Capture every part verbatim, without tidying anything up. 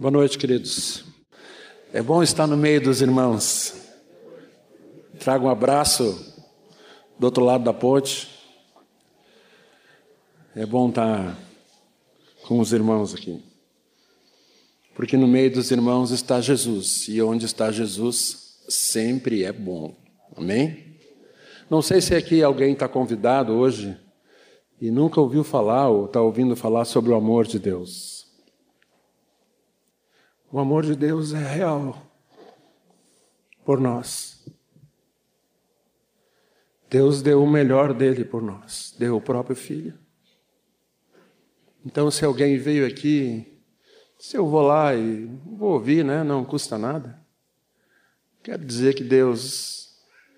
Boa noite, queridos. É bom estar no meio dos irmãos. Trago um abraço do outro lado da ponte. É bom estar com os irmãos aqui. Porque no meio dos irmãos está Jesus. E onde está Jesus, sempre é bom. Amém? Não sei se aqui alguém está convidado hoje e nunca ouviu falar ou está ouvindo falar sobre o amor de Deus. O amor de Deus é real por nós. Deus deu o melhor dele por nós, deu o próprio Filho. Então, se alguém veio aqui, se eu vou lá e vou ouvir, né? Não custa nada. Quero dizer que Deus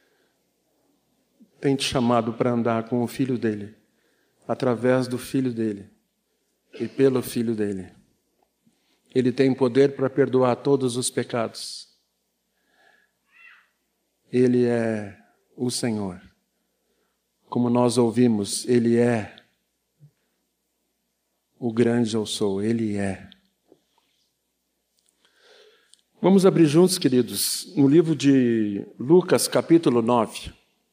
tem te chamado para andar com o Filho dele, através do Filho dele e pelo Filho dele. Ele tem poder para perdoar todos os pecados. Ele é o Senhor. Como nós ouvimos, Ele é o grande eu sou. Ele é. Vamos abrir juntos, queridos, no livro de Lucas, capítulo nove.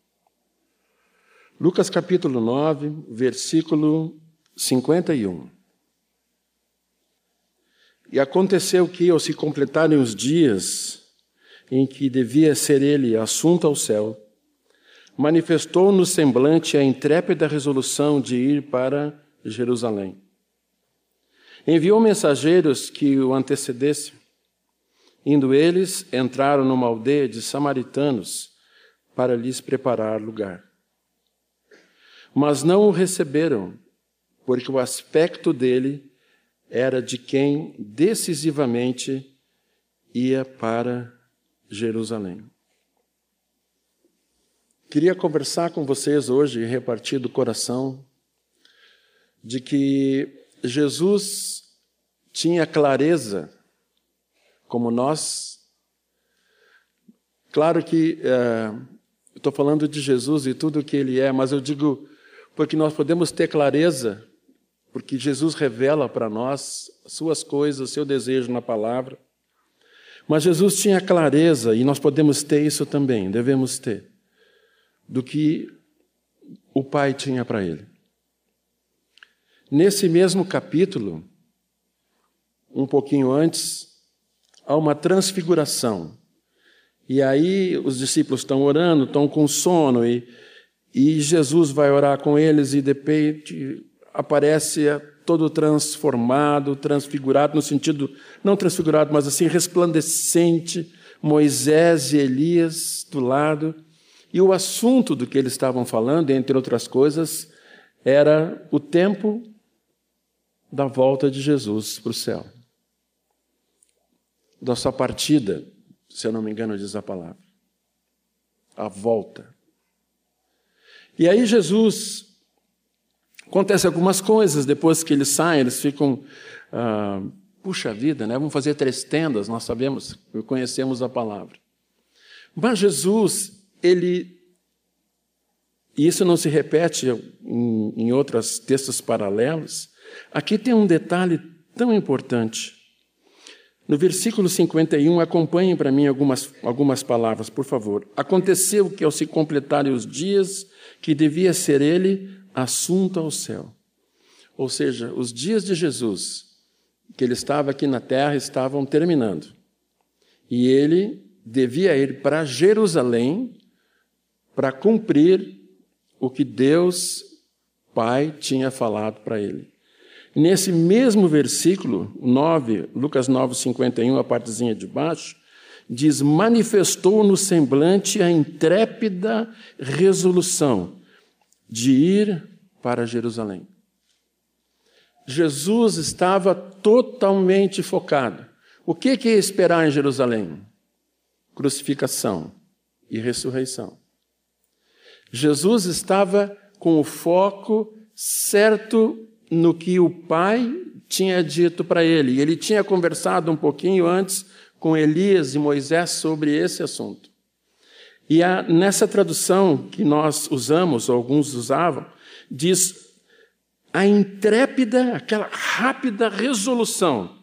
Lucas, capítulo nove, versículo cinquenta e um. E aconteceu que, ao se completarem os dias em que devia ser ele assunto ao céu, manifestou no semblante a intrépida resolução de ir para Jerusalém. Enviou mensageiros que o antecedessem. Indo eles, entraram numa aldeia de samaritanos para lhes preparar lugar. Mas não o receberam, porque o aspecto dele era de quem decisivamente ia para Jerusalém. Queria conversar com vocês hoje e repartir do coração de que Jesus tinha clareza, como nós. Claro que é, estou falando de Jesus e tudo o que Ele é, mas eu digo porque nós podemos ter clareza, porque Jesus revela para nós as suas coisas, o seu desejo na palavra. Mas Jesus tinha clareza, e nós podemos ter isso também, devemos ter, do que o Pai tinha para Ele. Nesse mesmo capítulo, um pouquinho antes, há uma transfiguração. E aí os discípulos estão orando, estão com sono, e, e Jesus vai orar com eles, e de repente aparece todo transformado, transfigurado, no sentido, não transfigurado, mas assim, resplandecente, Moisés e Elias do lado. E o assunto do que eles estavam falando, entre outras coisas, era o tempo da volta de Jesus para o céu. Da sua partida, se eu não me engano, diz a palavra. A volta. E aí Jesus... Acontece algumas coisas, depois que eles saem, eles ficam, ah, puxa vida, né? Vamos fazer três tendas, nós sabemos, conhecemos a palavra. Mas Jesus, ele, e isso não se repete em, em outros textos paralelos, aqui tem um detalhe tão importante. No versículo cinquenta e um, acompanhem para mim algumas, algumas palavras, por favor. Aconteceu que, ao se completarem os dias que devia ser ele assunto ao céu. Ou seja, os dias de Jesus, que ele estava aqui na terra, estavam terminando. E ele devia ir para Jerusalém para cumprir o que Deus, Pai, tinha falado para ele. Nesse mesmo versículo, nove, Lucas nove, cinquenta e um, a partezinha de baixo, diz, manifestou no semblante a intrépida resolução de ir para Jerusalém. Jesus estava totalmente focado. O que é esperar em Jerusalém? Crucificação e ressurreição. Jesus estava com o foco certo no que o Pai tinha dito para ele. E ele tinha conversado um pouquinho antes com Elias e Moisés sobre esse assunto. E a, nessa tradução que nós usamos, ou alguns usavam, diz a intrépida, aquela rápida resolução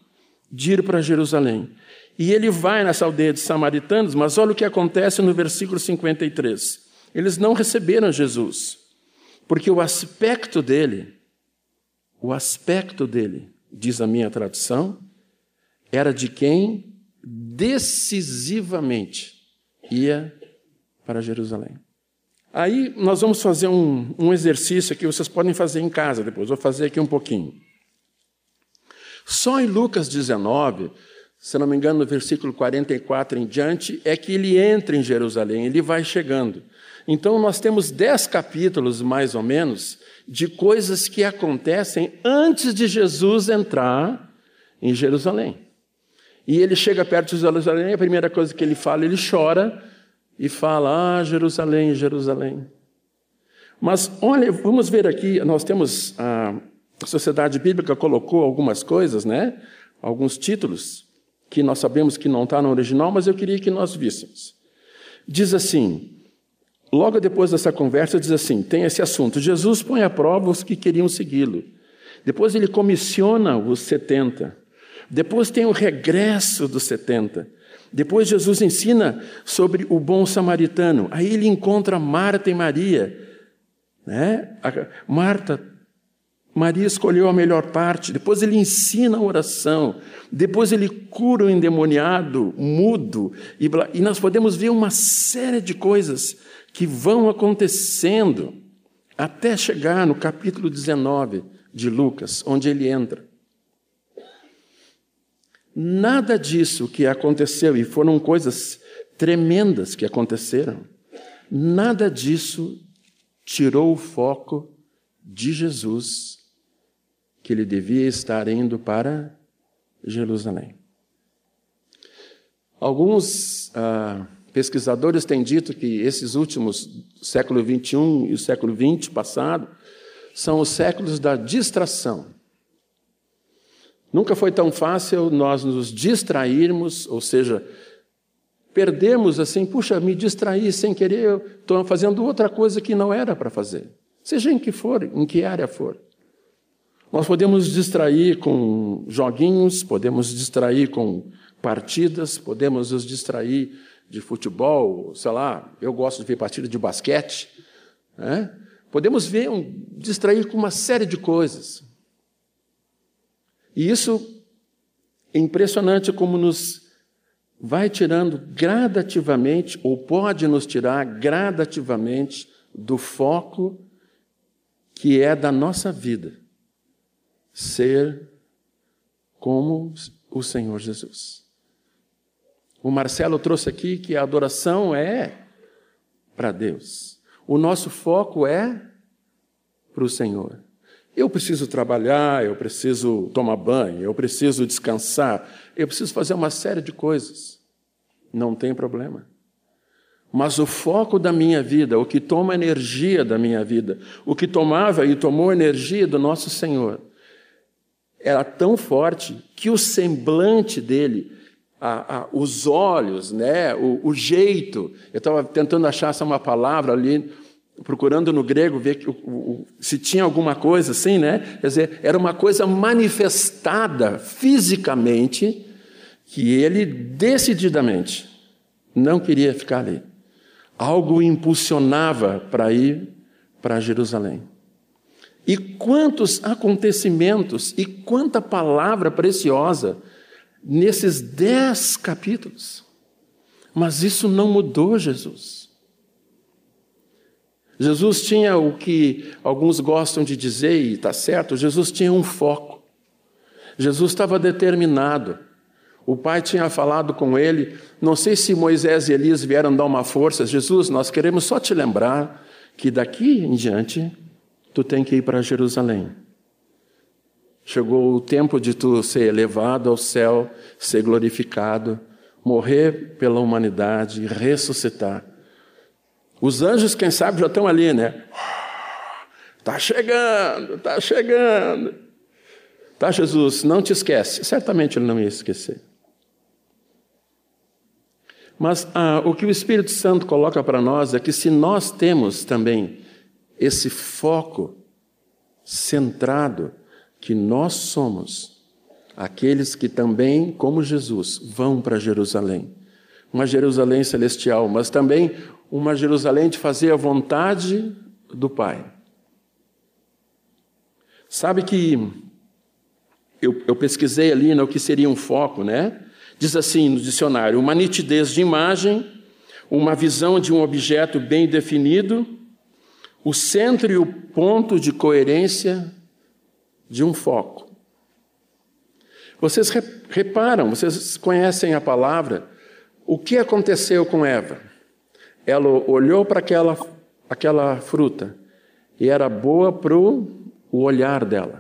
de ir para Jerusalém. E ele vai nessa aldeia de samaritanos, mas olha o que acontece no versículo cinquenta e três. Eles não receberam Jesus, porque o aspecto dele, o aspecto dele, diz a minha tradução, era de quem decisivamente ia para Jerusalém. Aí nós vamos fazer um, um exercício que vocês podem fazer em casa depois, vou fazer aqui um pouquinho. Só em Lucas dezenove, se não me engano, no versículo quarenta e quatro em diante, é que ele entra em Jerusalém, ele vai chegando. Então nós temos dez capítulos, mais ou menos, de coisas que acontecem antes de Jesus entrar em Jerusalém. E ele chega perto de Jerusalém, a primeira coisa que ele fala, ele chora e fala, ah, Jerusalém, Jerusalém. Mas, olha, vamos ver aqui, nós temos, a Sociedade Bíblica colocou algumas coisas, né? Alguns títulos, que nós sabemos que não está no original, mas eu queria que nós víssemos. Diz assim, logo depois dessa conversa, diz assim, tem esse assunto, Jesus põe à prova os que queriam segui-lo. Depois ele comissiona os setenta. Depois tem o regresso dos setenta. Depois Jesus ensina sobre o bom samaritano. Aí ele encontra Marta e Maria. Né? Marta, Maria escolheu a melhor parte. Depois ele ensina a oração. Depois ele cura o endemoniado, mudo. E, e nós podemos ver uma série de coisas que vão acontecendo até chegar no capítulo dezenove de Lucas, onde ele entra. Nada disso que aconteceu, e foram coisas tremendas que aconteceram, nada disso tirou o foco de Jesus, que ele devia estar indo para Jerusalém. Alguns ah, pesquisadores têm dito que esses últimos, século vinte e um e o século vinte passado, são os séculos da distração. Nunca foi tão fácil nós nos distrairmos, ou seja, perdermos assim, puxa, me distraí sem querer, eu estou fazendo outra coisa que não era para fazer. Seja em que for, em que área for. Nós podemos distrair com joguinhos, podemos distrair com partidas, podemos nos distrair de futebol, sei lá, eu gosto de ver partida de basquete, né? Podemos ver, um, distrair com uma série de coisas. E isso é impressionante como nos vai tirando gradativamente, ou pode nos tirar gradativamente, do foco que é da nossa vida, ser como o Senhor Jesus. O Marcelo trouxe aqui que a adoração é para Deus. O nosso foco é para o Senhor. Eu preciso trabalhar, eu preciso tomar banho, eu preciso descansar, eu preciso fazer uma série de coisas. Não tem problema. Mas o foco da minha vida, o que toma energia da minha vida, o que tomava e tomou energia do nosso Senhor, era tão forte que o semblante dele, a, a, os olhos, né, o, o jeito, eu estava tentando achar essa uma palavra ali, procurando no grego, ver que, o, o, se tinha alguma coisa assim, né? Quer dizer, era uma coisa manifestada fisicamente, que ele decididamente não queria ficar ali. Algo o impulsionava para ir para Jerusalém. E quantos acontecimentos e quanta palavra preciosa nesses dez capítulos. Mas isso não mudou Jesus. Jesus tinha o que alguns gostam de dizer, e está certo, Jesus tinha um foco. Jesus estava determinado. O Pai tinha falado com ele, não sei se Moisés e Elias vieram dar uma força. Jesus, nós queremos só te lembrar que daqui em diante tu tem que ir para Jerusalém. Chegou o tempo de tu ser elevado ao céu, ser glorificado, morrer pela humanidade e ressuscitar. Os anjos, quem sabe, já estão ali, né? Está chegando, está chegando. Tá, Jesus, não te esquece. Certamente ele não ia esquecer. Mas ah, o que o Espírito Santo coloca para nós é que se nós temos também esse foco centrado que nós somos aqueles que também, como Jesus, vão para Jerusalém. Uma Jerusalém celestial, mas também uma Jerusalém de fazer a vontade do Pai. Sabe que eu, eu pesquisei ali no que seria um foco, né? Diz assim no dicionário: uma nitidez de imagem, uma visão de um objeto bem definido, o centro e o ponto de coerência de um foco. Vocês reparam, vocês conhecem a palavra, o que aconteceu com Eva? Ela olhou para aquela, aquela fruta e era boa para o olhar dela.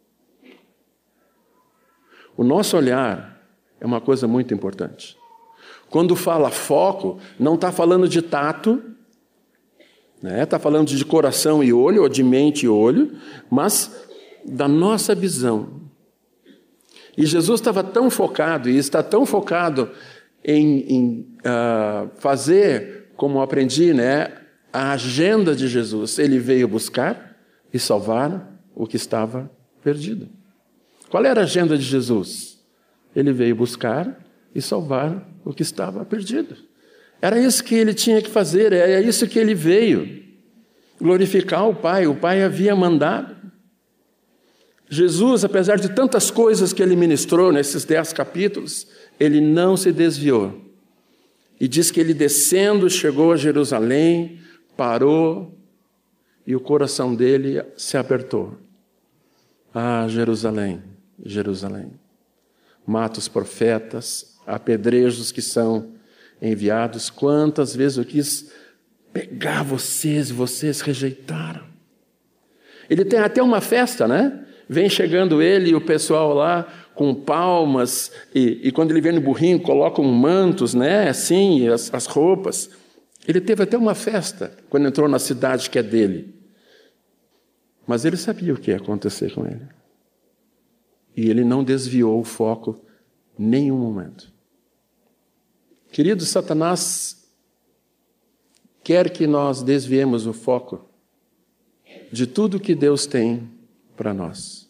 O nosso olhar é uma coisa muito importante. Quando fala foco, não está falando de tato, né? Está falando de coração e olho, ou de mente e olho, mas da nossa visão. E Jesus estava tão focado, e está tão focado em, em uh, fazer, como aprendi, né, a agenda de Jesus. Ele veio buscar e salvar o que estava perdido. Qual era a agenda de Jesus? Ele veio buscar e salvar o que estava perdido. Era isso que ele tinha que fazer, era isso que ele veio. Glorificar o Pai, o Pai havia mandado. Jesus, apesar de tantas coisas que ele ministrou nesses dez capítulos, ele não se desviou. E diz que ele, descendo, chegou a Jerusalém, parou, e o coração dele se apertou. Ah, Jerusalém, Jerusalém, mata os profetas, apedreja os que são enviados. Quantas vezes eu quis pegar vocês e vocês rejeitaram. Ele tem até uma festa, né? Vem chegando ele e o pessoal lá com palmas, e, e quando ele vem no burrinho, colocam mantos, né? Assim, as, as roupas. Ele teve até uma festa quando entrou na cidade que é dele. Mas ele sabia o que ia acontecer com ele. E ele não desviou o foco em nenhum momento. Querido, Satanás quer que nós desviemos o foco de tudo que Deus tem para nós.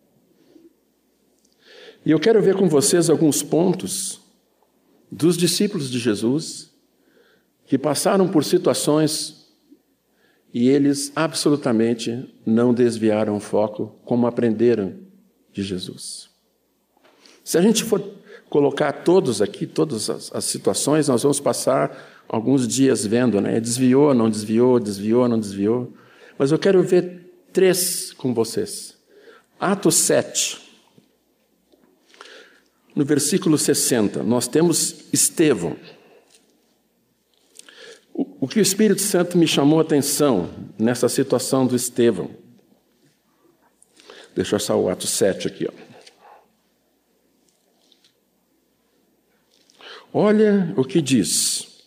E eu quero ver com vocês alguns pontos dos discípulos de Jesus que passaram por situações e eles absolutamente não desviaram o foco como aprenderam de Jesus. Se a gente for colocar todos aqui, todas as, as situações, nós vamos passar alguns dias vendo, né? Desviou, não desviou, desviou, não desviou. Mas eu quero ver três com vocês. Atos sete, no versículo sessenta, nós temos Estevão. O, o que o Espírito Santo me chamou a atenção nessa situação do Estevão. Deixa eu achar o Atos sete aqui, ó. Olha o que diz.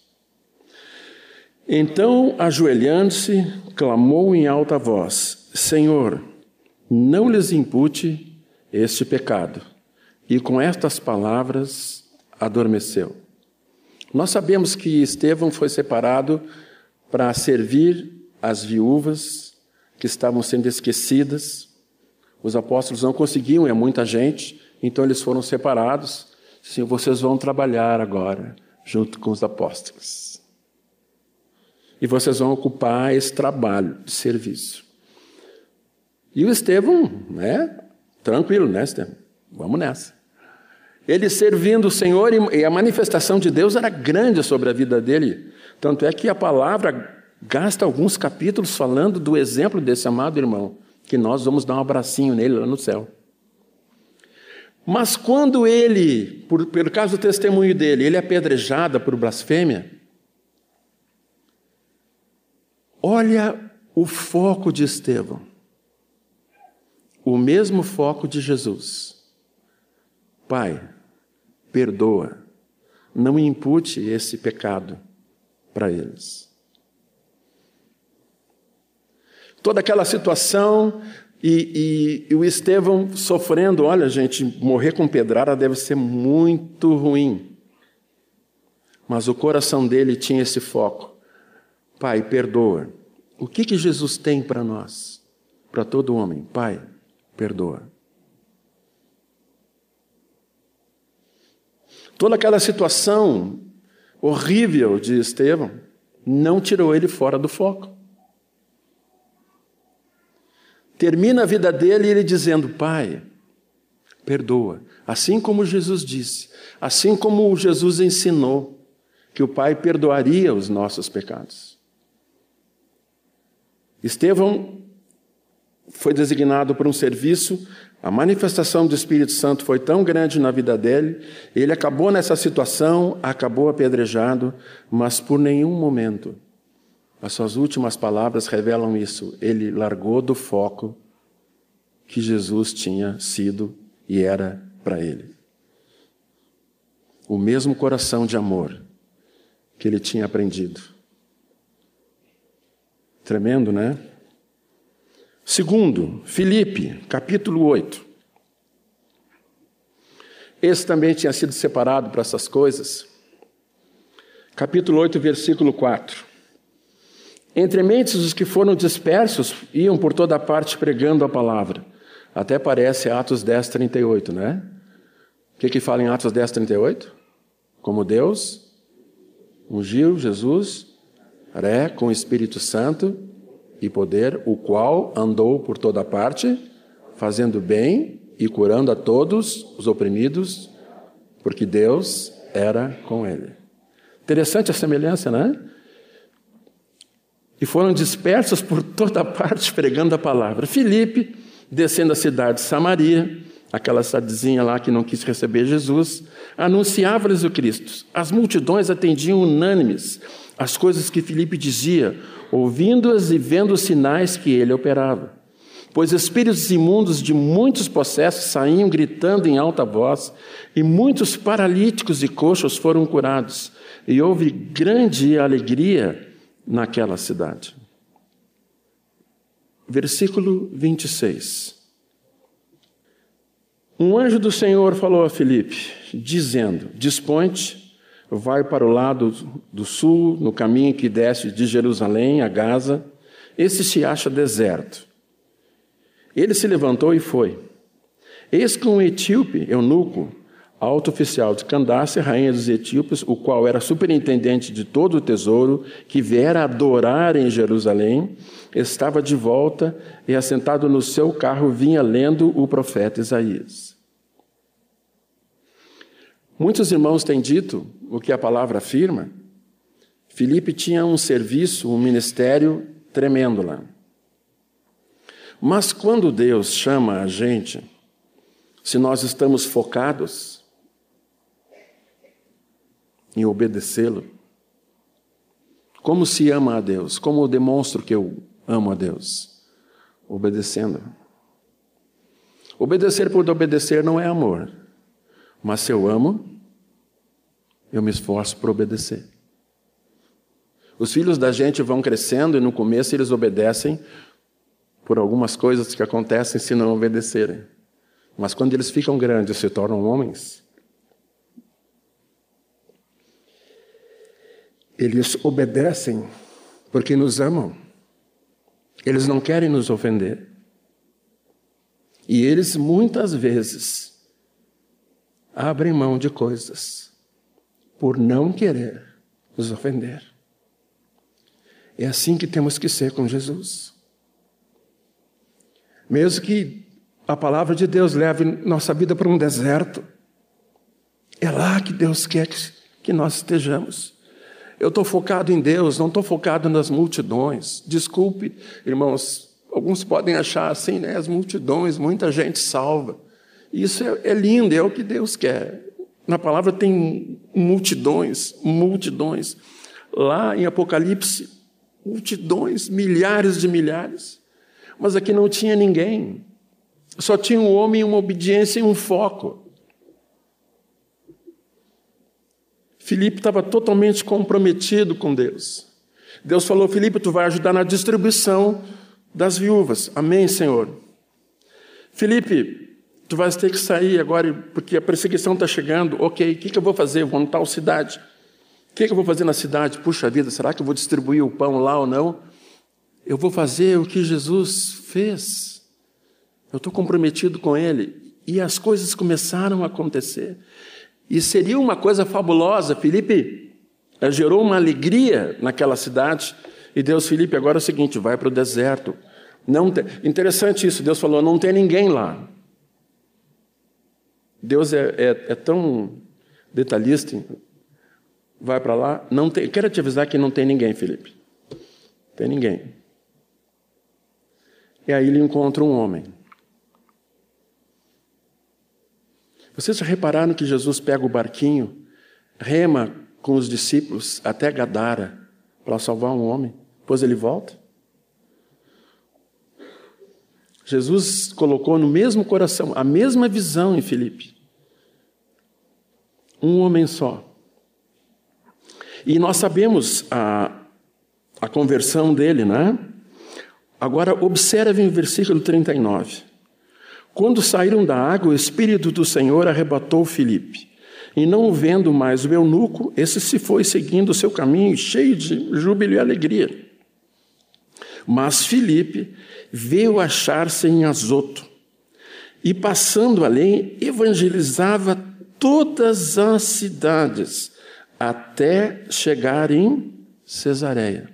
Então, ajoelhando-se, clamou em alta voz: Senhor, não lhes impute este pecado. E com estas palavras adormeceu. Nós sabemos que Estevão foi separado para servir as viúvas que estavam sendo esquecidas. Os apóstolos não conseguiam, é muita gente, então eles foram separados. Sim, vocês vão trabalhar agora junto com os apóstolos. E vocês vão ocupar esse trabalho de serviço. E o Estevão, né? Tranquilo, né, Estevão? Vamos nessa. Ele servindo o Senhor, e a manifestação de Deus era grande sobre a vida dele. Tanto é que a palavra gasta alguns capítulos falando do exemplo desse amado irmão, que nós vamos dar um abracinho nele lá no céu. Mas quando ele, por, pelo caso do testemunho dele, ele é apedrejado por blasfêmia, olha o foco de Estevão. O mesmo foco de Jesus. Pai, perdoa, não impute esse pecado para eles. Toda aquela situação e, e, e o Estevão sofrendo, olha gente, morrer com pedrada deve ser muito ruim. Mas o coração dele tinha esse foco. Pai, perdoa. O que que Jesus tem para nós? Para todo homem? Pai, perdoa. Toda aquela situação horrível de Estevão não tirou ele fora do foco. Termina a vida dele ele dizendo: Pai, perdoa. Assim como Jesus disse, assim como Jesus ensinou que o Pai perdoaria os nossos pecados. Estevão foi designado para um serviço, a manifestação do Espírito Santo foi tão grande na vida dele, ele acabou nessa situação, acabou apedrejado, mas por nenhum momento as suas últimas palavras revelam isso. Ele largou do foco que Jesus tinha sido e era para ele. O mesmo coração de amor que ele tinha aprendido. Tremendo, né? Segundo, Filipe, capítulo oito. Esse também tinha sido separado para essas coisas. Capítulo oito, versículo quatro. Entre mentes os que foram dispersos iam por toda parte pregando a palavra. Até parece Atos dez, trinta e oito, né? O que que fala em Atos dez, trinta e oito? Como Deus ungiu Jesus é, com o Espírito Santo e poder, o qual andou por toda parte, fazendo bem e curando a todos os oprimidos, porque Deus era com ele. Interessante a semelhança, né? E foram dispersos por toda parte pregando a palavra. Filipe, descendo a cidade de Samaria, aquela cidadezinha lá que não quis receber Jesus, anunciava-lhes o Cristo. As multidões atendiam unânimes as coisas que Filipe dizia, ouvindo-as e vendo os sinais que ele operava. Pois espíritos imundos de muitos possessos saíam gritando em alta voz, e muitos paralíticos e coxos foram curados, e houve grande alegria naquela cidade. Versículo vinte e seis. Um anjo do Senhor falou a Filipe, dizendo: Dispõe-te, vai para o lado do sul, no caminho que desce de Jerusalém a Gaza. Esse se acha deserto. Ele se levantou e foi. Eis que um etíope, eunuco, alto oficial de Candace, rainha dos etíopes, o qual era superintendente de todo o tesouro, que viera adorar em Jerusalém, estava de volta e, assentado no seu carro, vinha lendo o profeta Isaías. Muitos irmãos têm dito o que a palavra afirma. Filipe tinha um serviço, um ministério tremendo lá. Mas quando Deus chama a gente, se nós estamos focados em obedecê-lo, como se ama a Deus? Como eu demonstro que eu amo a Deus? Obedecendo. Obedecer por obedecer não é amor. Mas se eu amo, eu me esforço por obedecer. Os filhos da gente vão crescendo e no começo eles obedecem por algumas coisas que acontecem se não obedecerem. Mas quando eles ficam grandes e se tornam homens, eles obedecem porque nos amam. Eles não querem nos ofender. E eles, muitas vezes, abrem mão de coisas por não querer nos ofender. É assim que temos que ser com Jesus. Mesmo que a palavra de Deus leve nossa vida para um deserto, é lá que Deus quer que nós estejamos. Eu estou focado em Deus, não estou focado nas multidões. Desculpe, irmãos, alguns podem achar assim, né? As multidões, muita gente salva. Isso é, é lindo, é o que Deus quer. Na palavra tem multidões, multidões. Lá em Apocalipse, multidões, milhares de milhares. Mas aqui não tinha ninguém. Só tinha um homem, uma obediência e um foco. Filipe estava totalmente comprometido com Deus. Deus falou: Filipe, tu vai ajudar na distribuição das viúvas. Amém, Senhor. Filipe, tu vais ter que sair agora porque a perseguição está chegando. Ok, o que, que eu vou fazer? Vou em tal cidade. O que, que eu vou fazer na cidade? Puxa vida, será que eu vou distribuir o pão lá ou não? Eu vou fazer o que Jesus fez. Eu estou comprometido com Ele. E as coisas começaram a acontecer. E seria uma coisa fabulosa. Filipe gerou uma alegria naquela cidade. E Deus, Filipe, agora é o seguinte, vai para o deserto. Não tem... Interessante isso, Deus falou, não tem ninguém lá. Deus é, é, é tão detalhista. Vai para lá, não tem... Quero te avisar que não tem ninguém, Filipe. Não tem ninguém. E aí ele encontra um homem. Vocês já repararam que Jesus pega o barquinho, rema com os discípulos até Gadara para salvar um homem, depois ele volta? Jesus colocou no mesmo coração a mesma visão em Filipe. Um homem só. E nós sabemos a, a conversão dele, né? Agora, observem o versículo trinta e nove. Quando saíram da água, o Espírito do Senhor arrebatou Filipe. E não vendo mais o eunuco, esse se foi seguindo o seu caminho, cheio de júbilo e alegria. Mas Filipe veio achar-se em Azoto. E passando além, evangelizava todas as cidades, até chegar em Cesareia.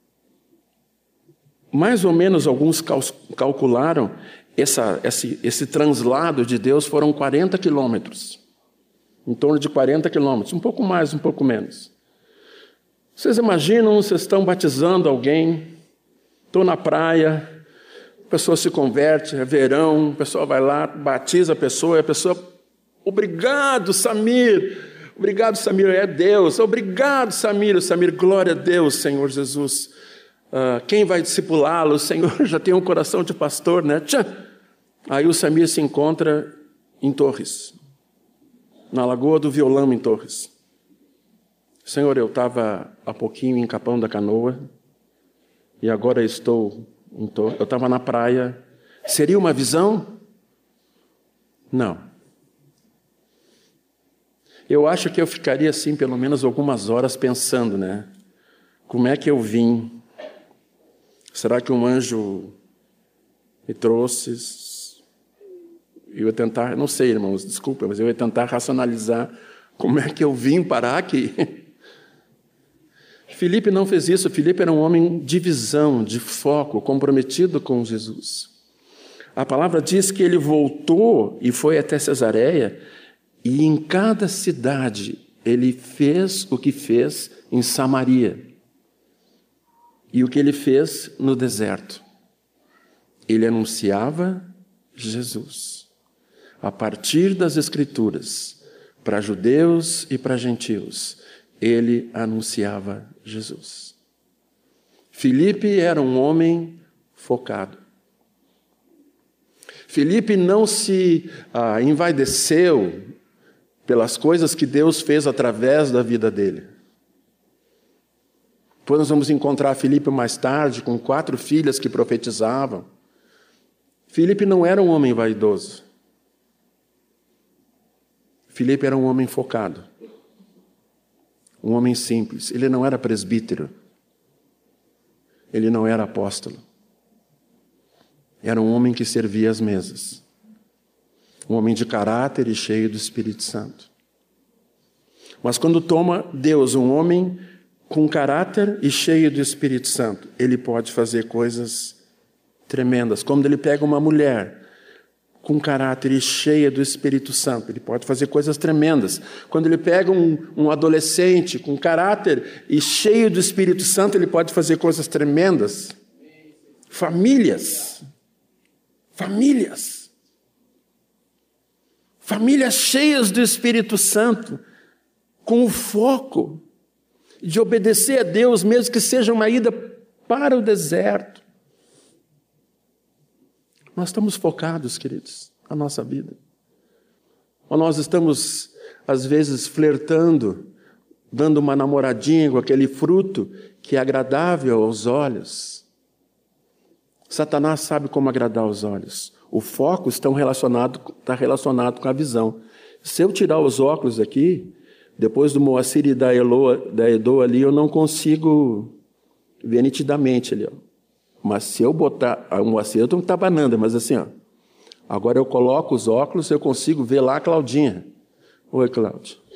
Mais ou menos alguns calcularam, essa, esse, esse translado de Deus foram quarenta quilômetros. Em torno de quarenta quilômetros, um pouco mais, um pouco menos. Vocês imaginam, vocês estão batizando alguém, estão na praia, a pessoa se converte, é verão, a pessoa vai lá, batiza a pessoa, e a pessoa, obrigado, Samir, obrigado, Samir, é Deus, obrigado, Samir, Samir, glória a Deus, Senhor Jesus. Uh, quem vai discipulá-lo? O Senhor já tem um coração de pastor, né? Tchã! Aí o Samir se encontra em Torres, na Lagoa do Violão, em Torres. Senhor, eu estava há pouquinho em Capão da Canoa e agora estou em Torres. Eu estava na praia. Seria uma visão? Não. Eu acho que eu ficaria assim pelo menos algumas horas pensando, né? Como é que eu vim? Será que um anjo me trouxe? Eu ia tentar, não sei, irmãos, desculpa, mas eu ia tentar racionalizar como é que eu vim parar aqui. Filipe não fez isso. Filipe era um homem de visão, de foco, comprometido com Jesus. A palavra diz que ele voltou e foi até Cesareia, e em cada cidade ele fez o que fez em Samaria. E o que ele fez no deserto? Ele anunciava Jesus. A partir das Escrituras, para judeus e para gentios, ele anunciava Jesus. Filipe era um homem focado. Filipe não se ah, envaideceu pelas coisas que Deus fez através da vida dele. Depois nós vamos encontrar Filipe mais tarde, com quatro filhas que profetizavam. Filipe não era um homem vaidoso. Filipe era um homem focado. Um homem simples. Ele não era presbítero. Ele não era apóstolo. Era um homem que servia as mesas. Um homem de caráter e cheio do Espírito Santo. Mas quando toma Deus um homem com caráter e cheio do Espírito Santo, ele pode fazer coisas tremendas. Quando ele pega uma mulher com caráter e cheia do Espírito Santo, ele pode fazer coisas tremendas. Quando ele pega um, um adolescente com caráter e cheio do Espírito Santo, ele pode fazer coisas tremendas. Famílias. Famílias. Famílias cheias do Espírito Santo, com o foco de obedecer a Deus, mesmo que seja uma ida para o deserto. Nós estamos focados, queridos, na nossa vida. Ou nós estamos, às vezes, flertando, dando uma namoradinha com aquele fruto que é agradável aos olhos. Satanás sabe como agradar os olhos. O foco está relacionado, está relacionado com a visão. Se eu tirar os óculos aqui, depois do Moacir e da, Eloa, da Edo ali, eu não consigo ver nitidamente ali. Ó. Mas se eu botar... O Moacir eu estou tabanando, mas assim, ó. Agora eu coloco os óculos, eu consigo ver lá a Claudinha. Oi, Cláudia.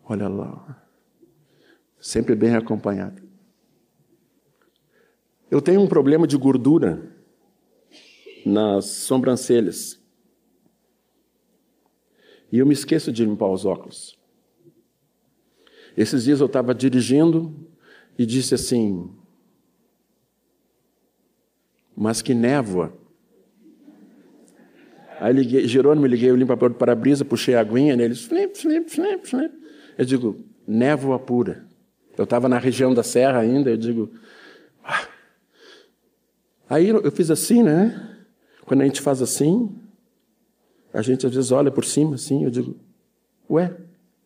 Olha lá. Sempre bem acompanhado. Eu tenho um problema de gordura nas sobrancelhas. E eu me esqueço de limpar os óculos. Esses dias eu estava dirigindo e disse assim, mas que névoa. Aí liguei, Jerônimo, liguei o limpador do para-brisa, puxei a aguinha neles, flip, flip, flip, flip. Eu digo, névoa pura. Eu estava na região da serra ainda, eu digo... Ah. Aí eu fiz assim, né? Quando a gente faz assim, a gente às vezes olha por cima assim, eu digo, ué?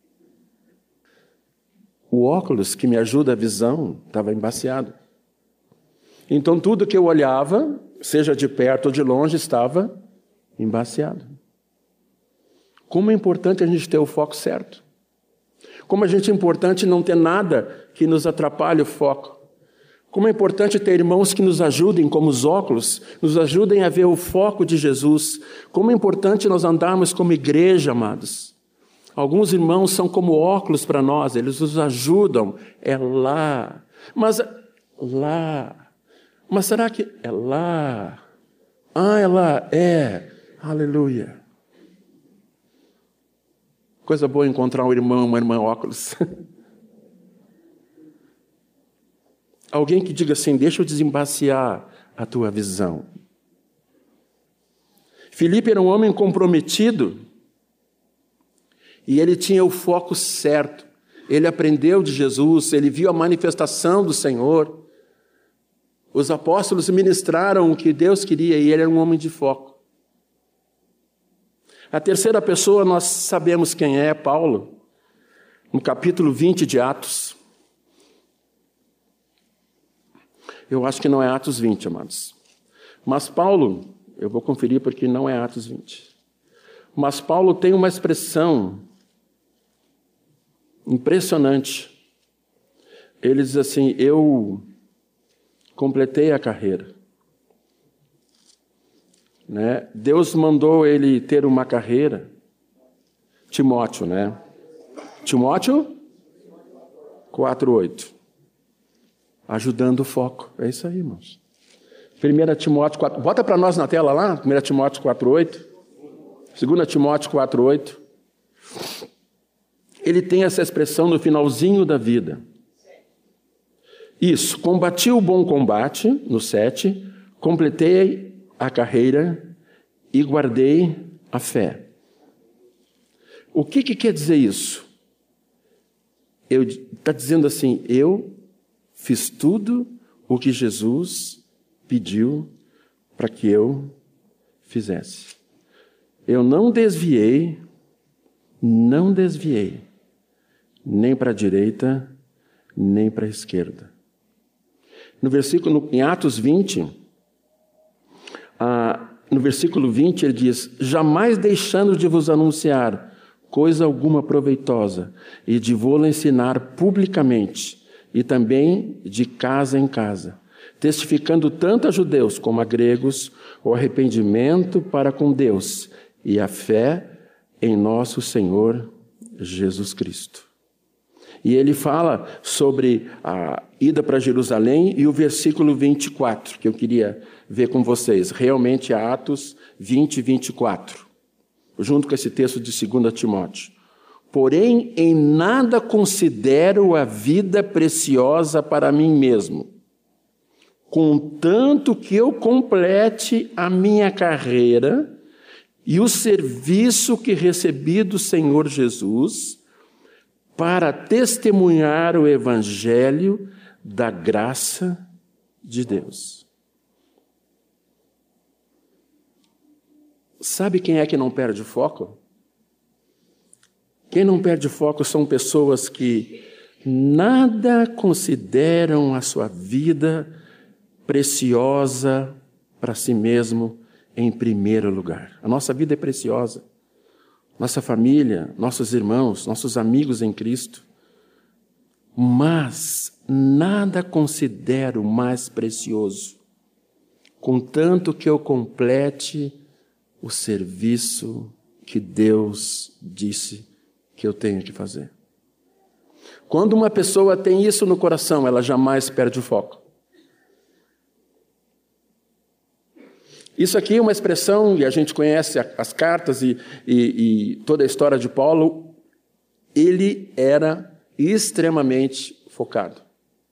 O óculos que me ajuda a visão estava embaciado. Então tudo que eu olhava, seja de perto ou de longe, estava embaciado. Como é importante a gente ter o foco certo. Como a gente é importante não ter nada que nos atrapalhe o foco. Como é importante ter irmãos que nos ajudem, como os óculos, nos ajudem a ver o foco de Jesus. Como é importante nós andarmos como igreja, amados. Alguns irmãos são como óculos para nós, eles nos ajudam. É lá. Mas lá. Mas será que é lá? Ah, é lá. É. Aleluia. Coisa boa encontrar um irmão, uma irmã óculos. Alguém que diga assim, deixa eu desembaciar a tua visão. Filipe era um homem comprometido e ele tinha o foco certo. Ele aprendeu de Jesus, ele viu a manifestação do Senhor. Os apóstolos ministraram o que Deus queria e ele era um homem de foco. A terceira pessoa nós sabemos quem é, Paulo, no capítulo vinte de Atos. Eu acho que não é Atos vinte, amados. Mas Paulo, eu vou conferir porque não é Atos vinte. Mas Paulo tem uma expressão impressionante. Ele diz assim, eu completei a carreira. Né? Deus mandou ele ter uma carreira. Timóteo, né? Timóteo quatro, oito. Ajudando o foco. É isso aí, irmãos. primeira Timóteo quatro... Bota para nós na tela lá, primeira Timóteo quatro, oito. segunda Timóteo quatro, oito. Ele tem essa expressão no finalzinho da vida. Isso. Combati o bom combate, no sete. Completei a carreira e guardei a fé. O que, que quer dizer isso? Está dizendo assim, eu fiz tudo o que Jesus pediu para que eu fizesse. Eu não desviei, não desviei, nem para a direita, nem para a esquerda. No versículo, em Atos vinte, ah, no versículo vinte ele diz, jamais deixando de vos anunciar coisa alguma proveitosa e de vou-lo ensinar publicamente, e também de casa em casa, testificando tanto a judeus como a gregos o arrependimento para com Deus e a fé em nosso Senhor Jesus Cristo. E ele fala sobre a ida para Jerusalém e o versículo vinte e quatro, que eu queria ver com vocês, realmente Atos vinte, vinte e quatro, junto com esse texto de segunda Timóteo. Porém, em nada considero a vida preciosa para mim mesmo, contanto que eu complete a minha carreira e o serviço que recebi do Senhor Jesus para testemunhar o evangelho da graça de Deus. Sabe quem é que não perde o foco? Quem não perde foco são pessoas que nada consideram a sua vida preciosa para si mesmo em primeiro lugar. A nossa vida é preciosa. Nossa família, nossos irmãos, nossos amigos em Cristo. Mas nada considero mais precioso, contanto que eu complete o serviço que Deus disse que eu tenho que fazer. Quando uma pessoa tem isso no coração, ela jamais perde o foco. Isso aqui é uma expressão, e a gente conhece as cartas e, e, e toda a história de Paulo. Ele era extremamente focado.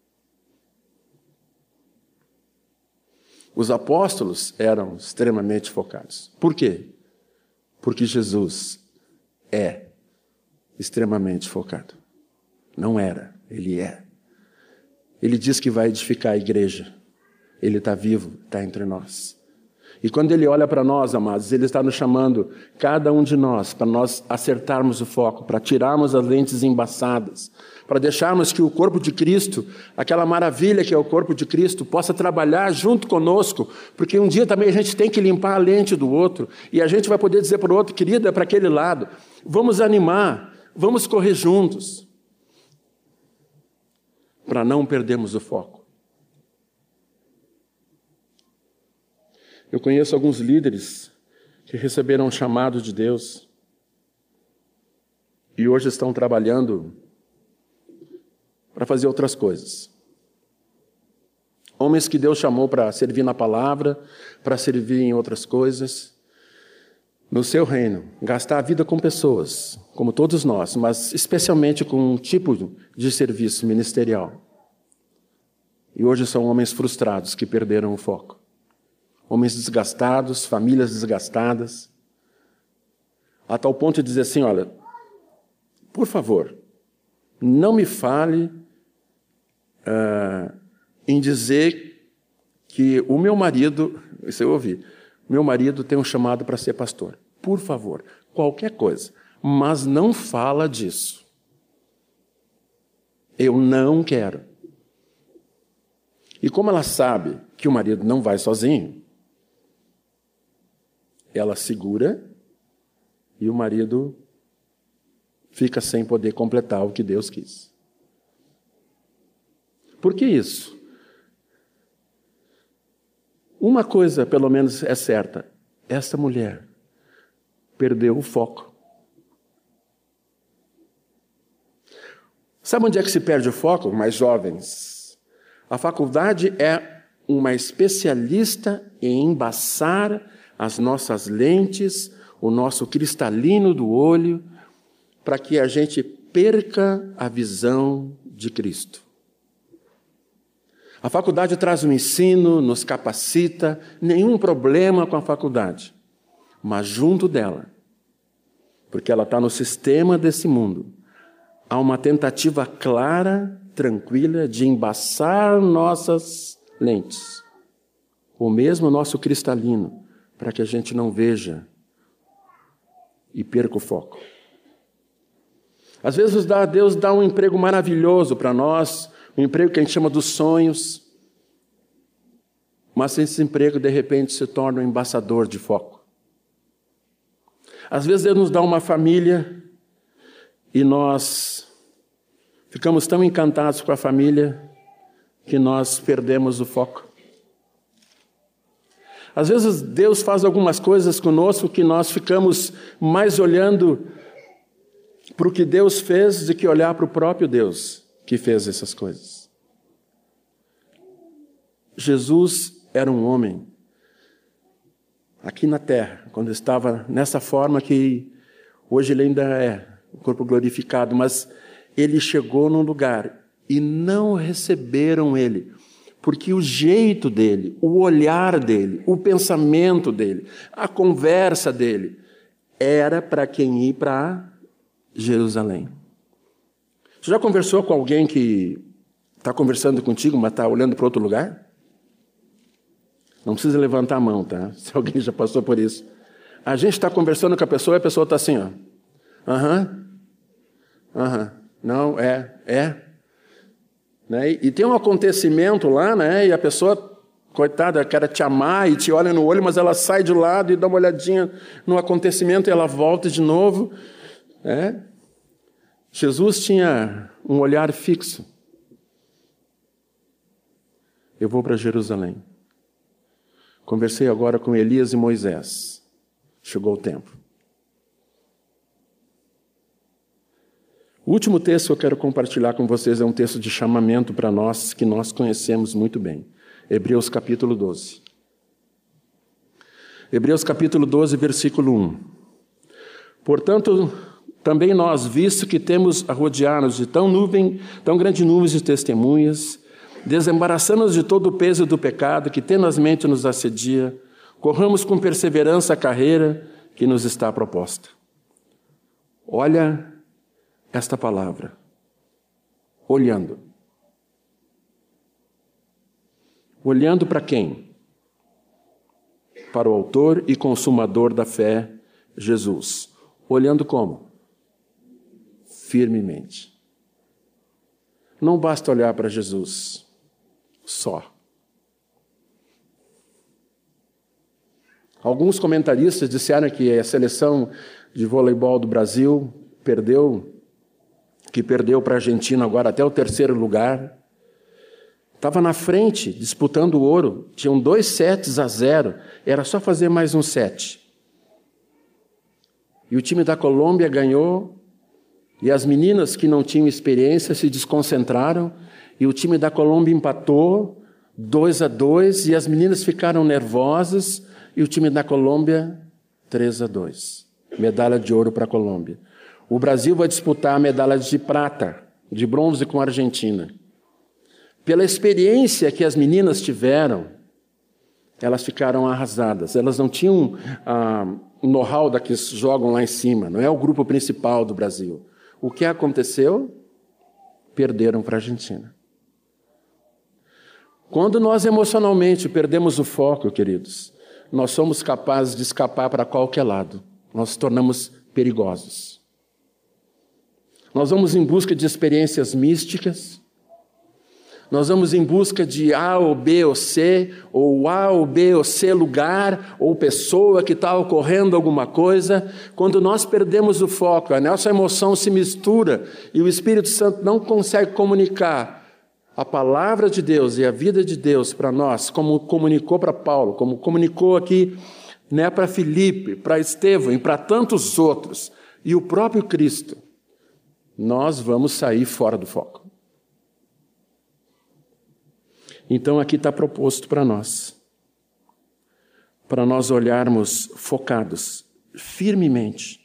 Os apóstolos eram extremamente focados. Por quê? Porque Jesus é extremamente focado. Não era, ele é. Ele diz que vai edificar a igreja. Ele está vivo, está entre nós. E quando ele olha para nós, amados, ele está nos chamando, cada um de nós, para nós acertarmos o foco, para tirarmos as lentes embaçadas, para deixarmos que o corpo de Cristo, aquela maravilha que é o corpo de Cristo, possa trabalhar junto conosco, porque um dia também a gente tem que limpar a lente do outro, e a gente vai poder dizer para o outro, querida, é para aquele lado, vamos animar, vamos correr juntos, para não perdermos o foco. Eu conheço alguns líderes que receberam um chamado de Deus e hoje estão trabalhando para fazer outras coisas. Homens que Deus chamou para servir na palavra, para servir em outras coisas, no seu reino, gastar a vida com pessoas, como todos nós, mas especialmente com um tipo de serviço ministerial. E hoje são homens frustrados que perderam o foco. Homens desgastados, famílias desgastadas, a tal ponto de dizer assim, olha, por favor, não me fale uh, em dizer que o meu marido, isso eu ouvi, meu marido tem um chamado para ser pastor. Por favor, qualquer coisa, mas não fala disso. Eu não quero. E como ela sabe que o marido não vai sozinho, ela segura e o marido fica sem poder completar o que Deus quis. Por que isso? Uma coisa, pelo menos, é certa. Essa mulher perdeu o foco. Sabe onde é que se perde o foco? Mais jovens. A faculdade é uma especialista em embaçar as nossas lentes, o nosso cristalino do olho, para que a gente perca a visão de Cristo. A faculdade traz um ensino, nos capacita, nenhum problema com a faculdade, mas junto dela, porque ela está no sistema desse mundo, há uma tentativa clara, tranquila, de embaçar nossas lentes, ou mesmo nosso cristalino, para que a gente não veja e perca o foco. Às vezes Deus dá um emprego maravilhoso para nós, um emprego que a gente chama dos sonhos, mas esse emprego de repente se torna um embaçador de foco. Às vezes Deus nos dá uma família e nós ficamos tão encantados com a família que nós perdemos o foco. Às vezes Deus faz algumas coisas conosco que nós ficamos mais olhando para o que Deus fez do que olhar para o próprio Deus que fez essas coisas. Jesus era um homem aqui na terra, quando estava nessa forma que hoje ele ainda é, o corpo glorificado, mas ele chegou num lugar e não receberam ele. Porque o jeito dele, o olhar dele, o pensamento dele, a conversa dele, era para quem ir para Jerusalém. Você já conversou com alguém que está conversando contigo, mas está olhando para outro lugar? Não precisa levantar a mão, tá? Se alguém já passou por isso. A gente está conversando com a pessoa e a pessoa está assim, ó. Aham. Aham. Não, é, é. Né? E, e tem um acontecimento lá, né? E a pessoa, coitada, quer te amar e te olha no olho, mas ela sai de lado e dá uma olhadinha no acontecimento e ela volta de novo. Né? Jesus tinha um olhar fixo. Eu vou para Jerusalém. Conversei agora com Elias e Moisés. Chegou o tempo. O último texto que eu quero compartilhar com vocês é um texto de chamamento para nós, que nós conhecemos muito bem. Hebreus capítulo doze. Hebreus capítulo doze, versículo um. Portanto, também nós, visto que temos a rodear-nos de tão nuvem, tão grande nuvem de testemunhas, desembaraçando-nos de todo o peso do pecado que tenazmente nos assedia, corramos com perseverança a carreira que nos está proposta. Olha esta palavra, olhando. Olhando para quem? Para o autor e consumador da fé, Jesus. Olhando como? Firmemente. Não basta olhar para Jesus só. Alguns comentaristas disseram que a seleção de voleibol do Brasil perdeu, que perdeu para a Argentina agora até o terceiro lugar. Estava na frente, disputando o ouro. Tinham dois sets a zero. Era só fazer mais um set. E o time da Colômbia ganhou. E as meninas que não tinham experiência se desconcentraram. E o time da Colômbia empatou, dois a dois. E as meninas ficaram nervosas. E o time da Colômbia, três a dois. Medalha de ouro para a Colômbia. O Brasil vai disputar a medalha de prata, de bronze com a Argentina. Pela experiência que as meninas tiveram, elas ficaram arrasadas. Elas não tinham ah, o know-how da que jogam lá em cima. Não é o grupo principal do Brasil. O que aconteceu? Perderam para a Argentina. Quando nós emocionalmente perdemos o foco, queridos, nós somos capazes de escapar para qualquer lado. Nós nos tornamos perigosos. Nós vamos em busca de experiências místicas. Nós vamos em busca de A ou B ou C, ou A ou B ou C lugar, ou pessoa que está ocorrendo alguma coisa. Quando nós perdemos o foco, a nossa emoção se mistura e o Espírito Santo não consegue comunicar a palavra de Deus e a vida de Deus para nós, como comunicou para Paulo, como comunicou aqui, né, para Filipe, para Estevão e para tantos outros, e o próprio Cristo, nós vamos sair fora do foco. Então aqui está proposto para nós, para nós olharmos focados, firmemente.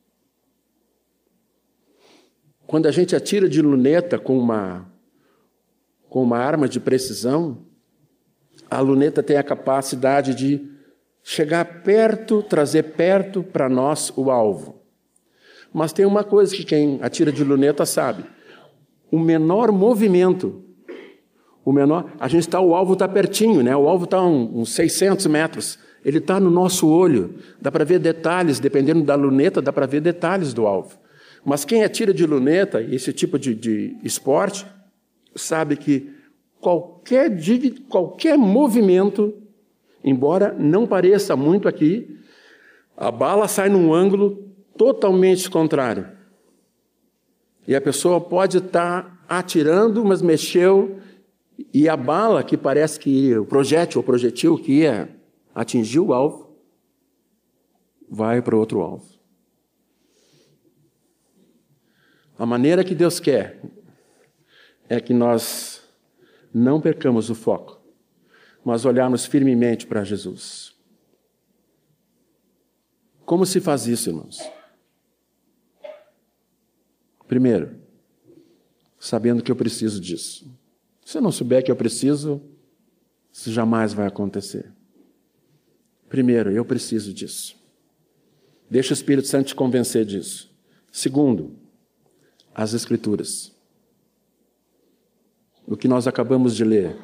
Quando a gente atira de luneta com uma, com uma arma de precisão, a luneta tem a capacidade de chegar perto, trazer perto para nós o alvo. Mas tem uma coisa que quem atira de luneta sabe, o menor movimento, o menor, a gente está, o alvo está pertinho, né? O alvo está uns, uns seiscentos metros, ele está no nosso olho, dá para ver detalhes, dependendo da luneta, dá para ver detalhes do alvo. Mas quem atira de luneta, esse tipo de, de esporte, sabe que qualquer, qualquer movimento, embora não pareça muito aqui, a bala sai num ângulo totalmente contrário. E a pessoa pode estar atirando, mas mexeu, e a bala, que parece que o projétil, o projetil que ia atingir o alvo, vai para outro alvo. A maneira que Deus quer é que nós não percamos o foco, mas olharmos firmemente para Jesus. Como se faz isso, irmãos? Primeiro, sabendo que eu preciso disso. Se eu não souber que eu preciso, isso jamais vai acontecer. Primeiro, eu preciso disso. Deixa o Espírito Santo te convencer disso. Segundo, as Escrituras. O que nós acabamos de ler.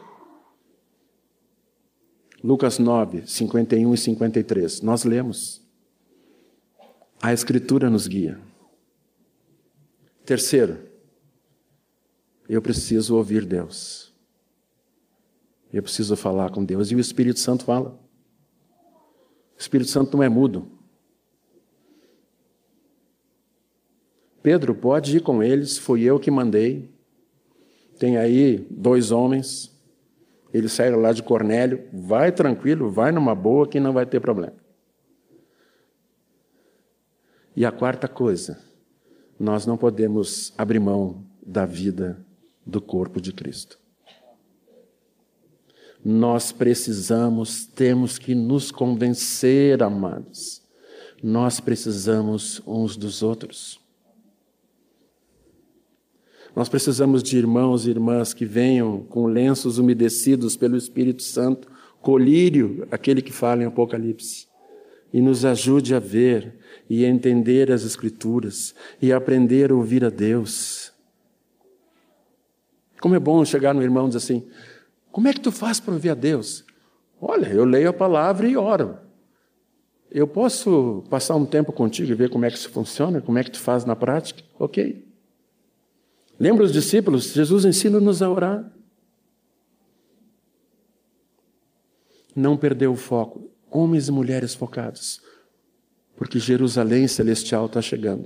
Lucas nove, cinquenta e um e cinquenta e três. Nós lemos. A Escritura nos guia. Terceiro, eu preciso ouvir Deus. Eu preciso falar com Deus. E o Espírito Santo fala. O Espírito Santo não é mudo. Pedro, pode ir com eles, fui eu que mandei. Tem aí dois homens. Eles saíram lá de Cornélio. Vai tranquilo, vai numa boa que não vai ter problema. E a quarta coisa, nós não podemos abrir mão da vida do corpo de Cristo. Nós precisamos, temos que nos convencer, amados. Nós precisamos uns dos outros. Nós precisamos de irmãos e irmãs que venham com lenços umedecidos pelo Espírito Santo, colírio, aquele que fala em Apocalipse, e nos ajude a ver e a entender as Escrituras e a aprender a ouvir a Deus. Como é bom chegar no irmão e dizer assim, como é que tu faz para ouvir a Deus? Olha, eu leio a palavra e oro. Eu posso passar um tempo contigo e ver como é que isso funciona, como é que tu faz na prática? Ok. Lembra os discípulos? Jesus ensina-nos a orar. Não perder o foco. Homens e mulheres focados. Porque Jerusalém celestial está chegando.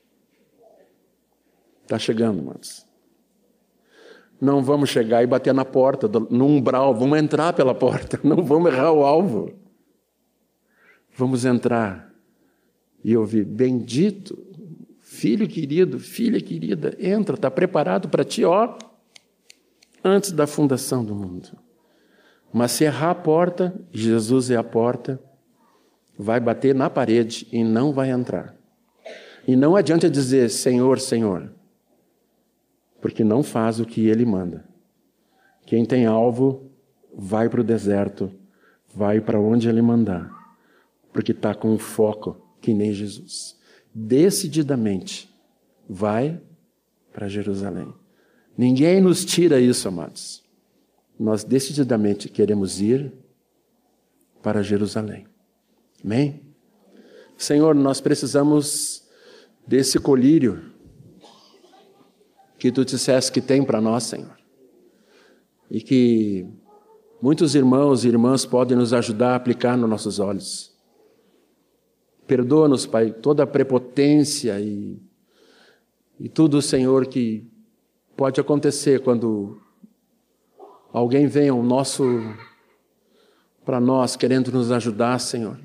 Está chegando, irmãos. Não vamos chegar e bater na porta, no umbral. Vamos entrar pela porta. Não vamos errar o alvo. Vamos entrar e ouvir, bendito, filho querido, filha querida, entra, está preparado para ti, ó, antes da fundação do mundo. Mas se errar a porta, Jesus é a porta, vai bater na parede e não vai entrar. E não adianta dizer, Senhor, Senhor, porque não faz o que Ele manda. Quem tem alvo, vai para o deserto, vai para onde Ele mandar, porque está com um foco que nem Jesus. Decididamente, vai para Jerusalém. Ninguém nos tira isso, amados. Nós decididamente queremos ir para Jerusalém. Amém? Senhor, nós precisamos desse colírio que Tu disseste que tem para nós, Senhor. E que muitos irmãos e irmãs podem nos ajudar a aplicar nos nossos olhos. Perdoa-nos, Pai, toda a prepotência e, e tudo, Senhor, que pode acontecer quando alguém vem ao nosso, para nós, querendo nos ajudar, Senhor,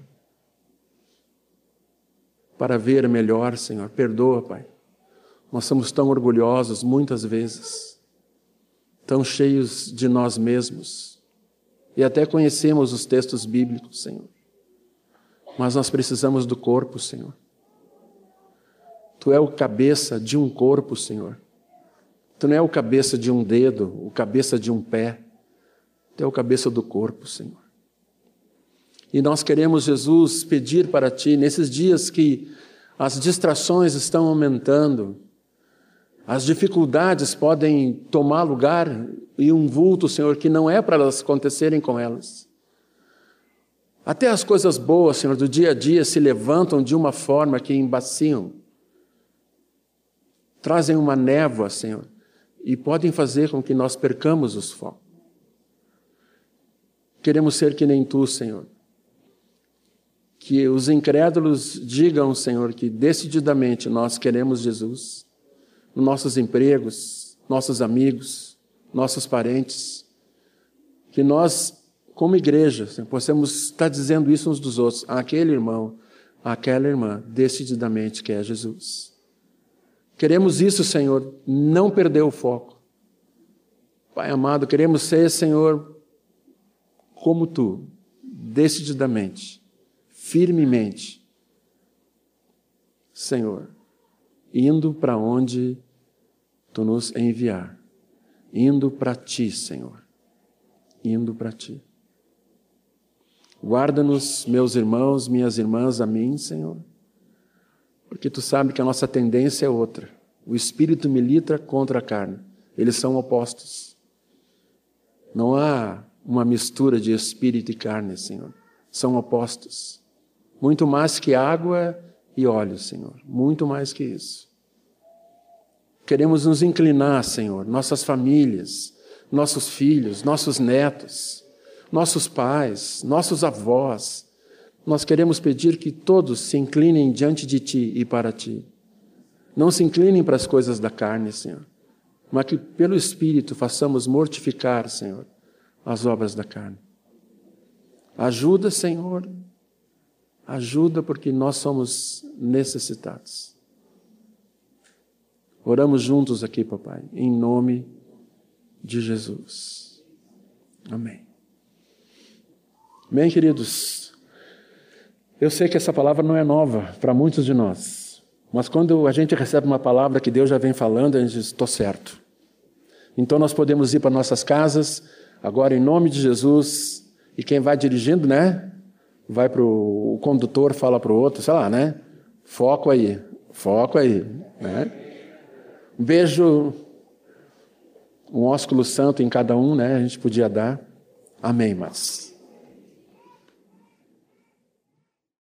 para ver melhor, Senhor. Perdoa, Pai. Nós somos tão orgulhosos, muitas vezes, tão cheios de nós mesmos, e até conhecemos os textos bíblicos, Senhor. Mas nós precisamos do corpo, Senhor. Tu é o cabeça de um corpo, Senhor. Tu não é o cabeça de um dedo, o cabeça de um pé. Tu é o cabeça do corpo, Senhor. E nós queremos, Jesus, pedir para Ti, nesses dias que as distrações estão aumentando, as dificuldades podem tomar lugar e um vulto, Senhor, que não é para elas acontecerem com elas. Até as coisas boas, Senhor, do dia a dia se levantam de uma forma que embaciam. Trazem uma névoa, Senhor, e podem fazer com que nós percamos os focos. Queremos ser que nem Tu, Senhor. Que os incrédulos digam, Senhor, que decididamente nós queremos Jesus, nos nossos empregos, nossos amigos, nossos parentes, que nós, como igreja, Senhor, possamos estar dizendo isso uns dos outros, aquele irmão, aquela irmã, decididamente quer Jesus. Queremos isso, Senhor, não perder o foco. Pai amado, queremos ser, Senhor, como Tu, decididamente, firmemente, Senhor, indo para onde Tu nos enviar, indo para Ti, Senhor, indo para Ti. Guarda-nos, meus irmãos, minhas irmãs, a mim, Senhor, porque Tu sabe que a nossa tendência é outra. O Espírito milita contra a carne. Eles são opostos. Não há uma mistura de Espírito e carne, Senhor. São opostos. Muito mais que água e óleo, Senhor. Muito mais que isso. Queremos nos inclinar, Senhor, nossas famílias, nossos filhos, nossos netos, nossos pais, nossos avós. Nós queremos pedir que todos se inclinem diante de Ti e para Ti. Não se inclinem para as coisas da carne, Senhor, mas que pelo Espírito façamos mortificar, Senhor, as obras da carne. Ajuda, Senhor, ajuda porque nós somos necessitados. Oramos juntos aqui, papai, em nome de Jesus. Amém. Bem, queridos, eu sei que essa palavra não é nova para muitos de nós, mas quando a gente recebe uma palavra que Deus já vem falando, a gente diz, estou certo. Então nós podemos ir para nossas casas, agora em nome de Jesus, e quem vai dirigindo, né? Vai para o condutor, fala para o outro, sei lá, né? Foco aí, foco aí, né? Um beijo, um ósculo santo em cada um, né? A gente podia dar. Amém, mas...